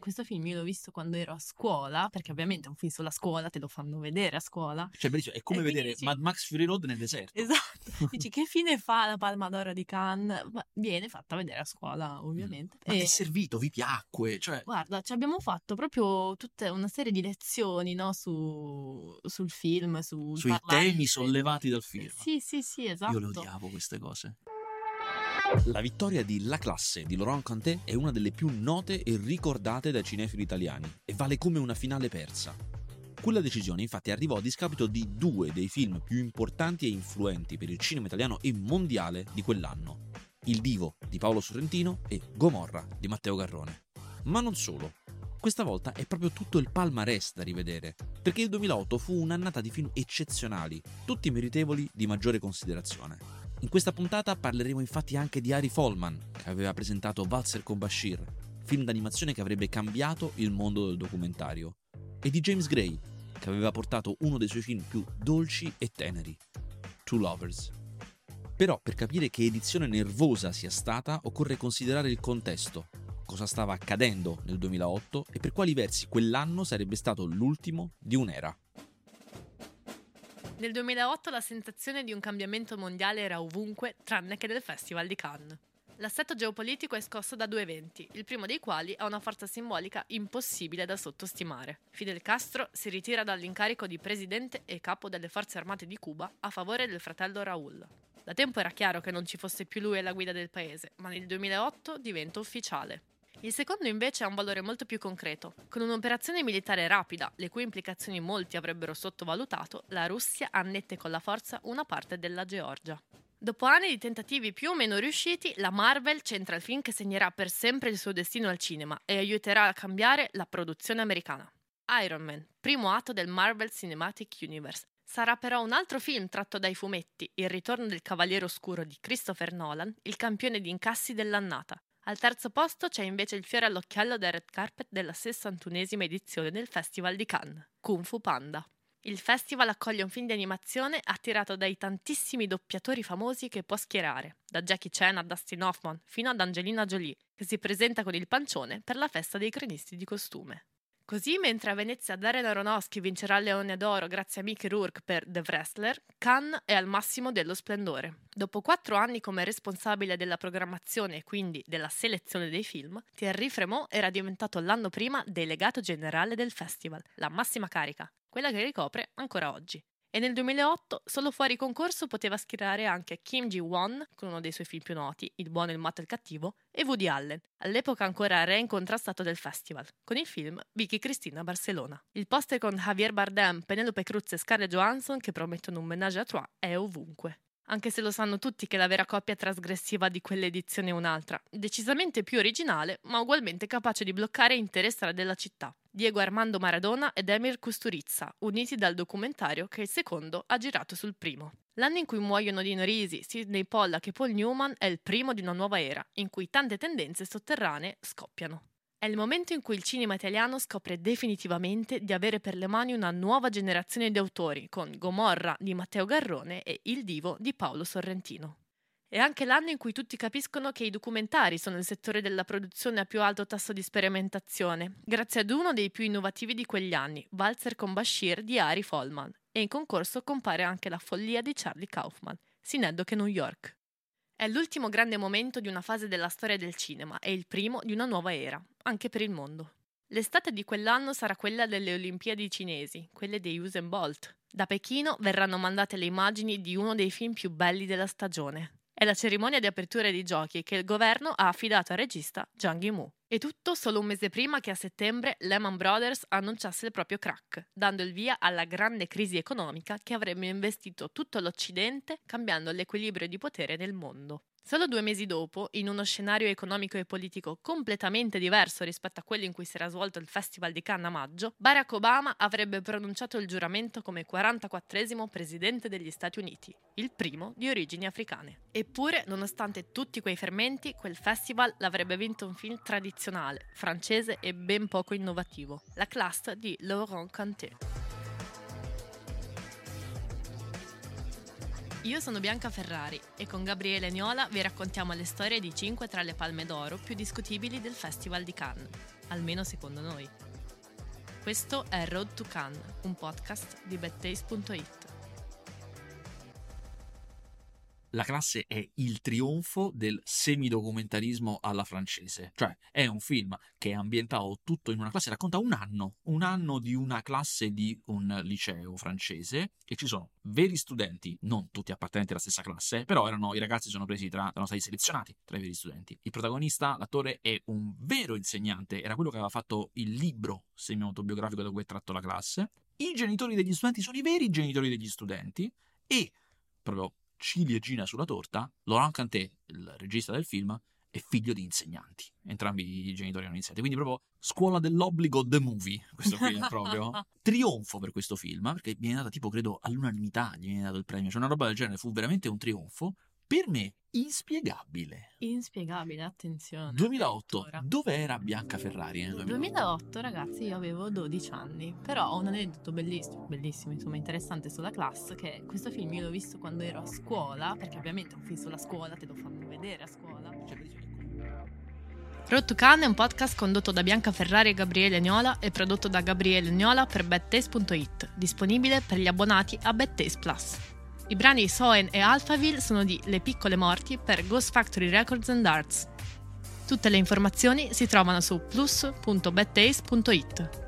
questo film io l'ho visto quando ero a scuola, perché ovviamente è un film sulla scuola, te lo fanno vedere a scuola. Cioè, bellissimo, è come vedere dici... Mad Max Fury Road nel deserto. Esatto, dici che fine fa la Palma d'Oro di Cannes? Ma viene fatta vedere a scuola, ovviamente. Ma è servito, vi piacque? Cioè... Guarda, ci abbiamo fatto proprio tutta una serie di lezioni, no, sul film, sui temi sollevati dal film. Sì, esatto. Io le odiavo queste cose. La vittoria di La Classe di Laurent Cantet è una delle più note e ricordate dai cinefili italiani e vale come una finale persa. Quella decisione infatti arrivò a discapito di due dei film più importanti e influenti per il cinema italiano e mondiale di quell'anno: Il Divo di Paolo Sorrentino e Gomorra di Matteo Garrone. Ma non solo. Questa volta è proprio tutto il palmarès da rivedere, perché il 2008 fu un'annata di film eccezionali, tutti meritevoli di maggiore considerazione. In questa puntata parleremo infatti anche di Ari Folman, che aveva presentato Valzer con Bashir, film d'animazione che avrebbe cambiato il mondo del documentario, e di James Gray, che aveva portato uno dei suoi film più dolci e teneri, Two Lovers. Però per capire che edizione nervosa sia stata occorre considerare il contesto, cosa stava accadendo nel 2008 e per quali versi quell'anno sarebbe stato l'ultimo di un'era. Nel 2008 la sensazione di un cambiamento mondiale era ovunque, tranne che del Festival di Cannes. L'assetto geopolitico è scosso da due eventi, il primo dei quali ha una forza simbolica impossibile da sottostimare. Fidel Castro si ritira dall'incarico di presidente e capo delle forze armate di Cuba a favore del fratello Raúl. Da tempo era chiaro che non ci fosse più lui alla guida del paese, ma nel 2008 diventa ufficiale. Il secondo invece ha un valore molto più concreto. Con un'operazione militare rapida, le cui implicazioni molti avrebbero sottovalutato, la Russia annette con la forza una parte della Georgia. Dopo anni di tentativi più o meno riusciti, la Marvel centra il film che segnerà per sempre il suo destino al cinema e aiuterà a cambiare la produzione americana. Iron Man, primo atto del Marvel Cinematic Universe. Sarà però un altro film tratto dai fumetti, Il ritorno del Cavaliere Oscuro di Christopher Nolan, il campione di incassi dell'annata. Al terzo posto c'è invece il fiore all'occhiello del red carpet della 61esima edizione del Festival di Cannes, Kung Fu Panda. Il festival accoglie un film di animazione attirato dai tantissimi doppiatori famosi che può schierare, da Jackie Chan a Dustin Hoffman fino ad Angelina Jolie, che si presenta con il pancione per la festa dei cronisti di costume. Così, mentre a Venezia Darren Aronofsky vincerà il Leone d'Oro grazie a Mickey Rourke per The Wrestler, Cannes è al massimo dello splendore. Dopo 4 anni come responsabile della programmazione e quindi della selezione dei film, Thierry Frémaux era diventato l'anno prima delegato generale del festival, la massima carica, quella che ricopre ancora oggi. E nel 2008 solo fuori concorso poteva schierare anche Kim Ji-won, con uno dei suoi film più noti, Il buono, il matto e il cattivo, e Woody Allen, all'epoca ancora re incontrastato del festival, con il film Vicky Cristina Barcellona. Il poster con Javier Bardem, Penelope Cruz e Scarlett Johansson, che promettono un ménage à trois, è ovunque. Anche se lo sanno tutti che la vera coppia trasgressiva di quell'edizione è un'altra, decisamente più originale, ma ugualmente capace di bloccare intere strade della città. Diego Armando Maradona ed Emir Kusturica, uniti dal documentario che il secondo ha girato sul primo. L'anno in cui muoiono Dino Risi, Sidney Pollack e Paul Newman è il primo di una nuova era, in cui tante tendenze sotterranee scoppiano. È il momento in cui il cinema italiano scopre definitivamente di avere per le mani una nuova generazione di autori, con Gomorra di Matteo Garrone e Il Divo di Paolo Sorrentino. È anche l'anno in cui tutti capiscono che i documentari sono il settore della produzione a più alto tasso di sperimentazione, grazie ad uno dei più innovativi di quegli anni, Valzer con Bashir di Ari Folman, e in concorso compare anche La follia di Charlie Kaufman, Synecdoche, New York. È l'ultimo grande momento di una fase della storia del cinema e il primo di una nuova era, anche per il mondo. L'estate di quell'anno sarà quella delle Olimpiadi cinesi, quelle di Usain Bolt. Da Pechino verranno mandate le immagini di uno dei film più belli della stagione. È la cerimonia di apertura dei giochi che il governo ha affidato al regista Zhang Yimou. E tutto solo un mese prima che a settembre Lehman Brothers annunciasse il proprio crack, dando il via alla grande crisi economica che avrebbe investito tutto l'Occidente, cambiando l'equilibrio di potere nel mondo. Solo 2 mesi dopo, in uno scenario economico e politico completamente diverso rispetto a quello in cui si era svolto il Festival di Cannes a maggio, Barack Obama avrebbe pronunciato il giuramento come 44esimo presidente degli Stati Uniti, il primo di origini africane. Eppure, nonostante tutti quei fermenti, quel festival l'avrebbe vinto un film tradizionale, francese e ben poco innovativo, La Classe di Laurent Cantet. Io sono Bianca Ferrari e con Gabriele Niola vi raccontiamo le storie di 5 tra le palme d'oro più discutibili del Festival di Cannes. almeno secondo noi. Questo è Road to Cannes, un podcast di badtaste.it. La classe è il trionfo del semidocumentarismo alla francese, cioè è un film che è ambientato tutto in una classe, racconta un anno di una classe di un liceo francese, e ci sono veri studenti, non tutti appartenenti alla stessa classe, però i ragazzi sono stati selezionati tra i veri studenti. Il protagonista, l'attore, è un vero insegnante, era quello che aveva fatto il libro semi-autobiografico da cui è tratto La classe. I genitori degli studenti sono i veri genitori degli studenti, e proprio ciliegina sulla torta, Laurent Canté, il regista del film, è figlio di insegnanti. Entrambi i genitori erano insegnanti, quindi proprio scuola dell'obbligo the movie. Questo film è proprio trionfo per questo film, perché viene dato tipo, credo, all'unanimità gli viene dato il premio, cioè una roba del genere, fu veramente un trionfo. Per me inspiegabile. Inspiegabile, attenzione. 2008, dove era Bianca Ferrari nel 2008, ragazzi, io avevo 12 anni, però ho un aneddoto bellissimo, insomma interessante sulla classe, che questo film io l'ho visto quando ero a scuola, perché ovviamente è un film sulla scuola, te lo fanno vedere a scuola. Road to Cannes è un podcast condotto da Bianca Ferrari e Gabriele Niola e prodotto da Gabriele Niola per badtaste.it, disponibile per gli abbonati a Badtaste Plus. I brani Soen e Alphaville sono di Le Piccole Morti per Ghost Factory Records and Arts. Tutte le informazioni si trovano su plus.badtaste.it.